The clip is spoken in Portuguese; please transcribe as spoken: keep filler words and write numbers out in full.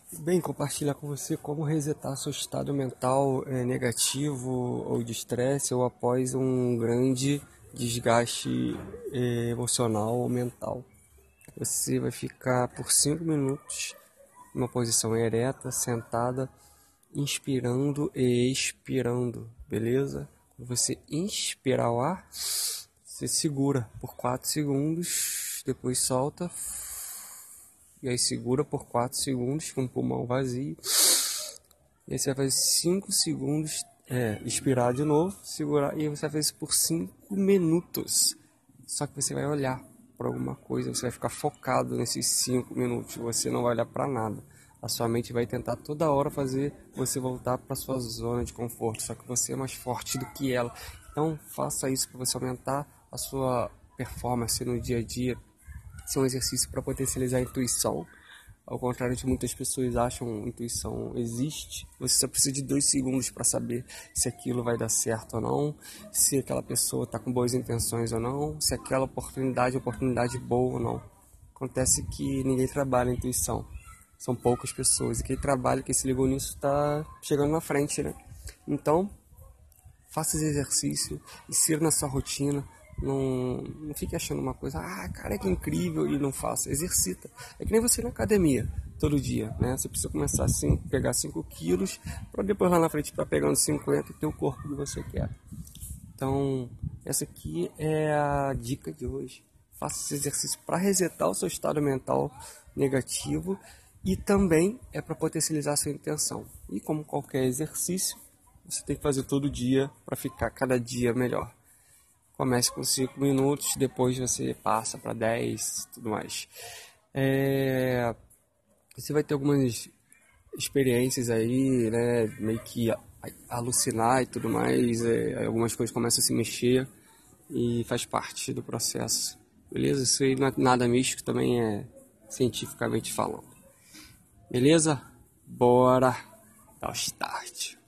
Bem, compartilhar com você como resetar seu estado mental eh, negativo ou de estresse ou após um grande desgaste eh, emocional ou mental. Você vai ficar por cinco minutos numa posição ereta, sentada, inspirando e expirando, beleza? Quando você inspirar o ar, você segura por quatro segundos, depois solta. E aí segura por quatro segundos com o pulmão vazio. E aí você vai fazer cinco segundos, é, expirar de novo, segurar, e você vai fazer isso por cinco minutos. Só que você vai olhar para alguma coisa, você vai ficar focado nesses cinco minutos, você não vai olhar para nada. A sua mente vai tentar toda hora fazer você voltar para sua zona de conforto, só que você é mais forte do que ela. Então faça isso para você aumentar a sua performance no dia a dia. Esse é um exercício para potencializar a intuição. Ao contrário de muitas pessoas acham, intuição existe. Você só precisa de dois segundos para saber se aquilo vai dar certo ou não, se aquela pessoa está com boas intenções ou não, se aquela oportunidade é oportunidade boa ou não. Acontece que ninguém trabalha a intuição. São poucas pessoas. E quem trabalha, quem se ligou nisso, está chegando na frente, né? Então, faça esse exercício, insira na sua rotina. Não, não fique achando uma coisa, ah, cara, que incrível, e não faça. Exercita. É que nem você ir na academia todo dia, né? Você precisa começar assim, pegar cinco quilos, para depois lá na frente estar pegando cinquenta e ter o corpo que você quer. Então, essa aqui é a dica de hoje. Faça esse exercício para resetar o seu estado mental negativo e também é para potencializar a sua intenção. E como qualquer exercício, você tem que fazer todo dia para ficar cada dia melhor. Comece com cinco minutos, depois você passa para dez, tudo mais. É, você vai ter algumas experiências aí, né, meio que alucinar e tudo mais, é, algumas coisas começam a se mexer e faz parte do processo, beleza? Isso aí não é nada místico, também é cientificamente falando, beleza? Bora dar o start!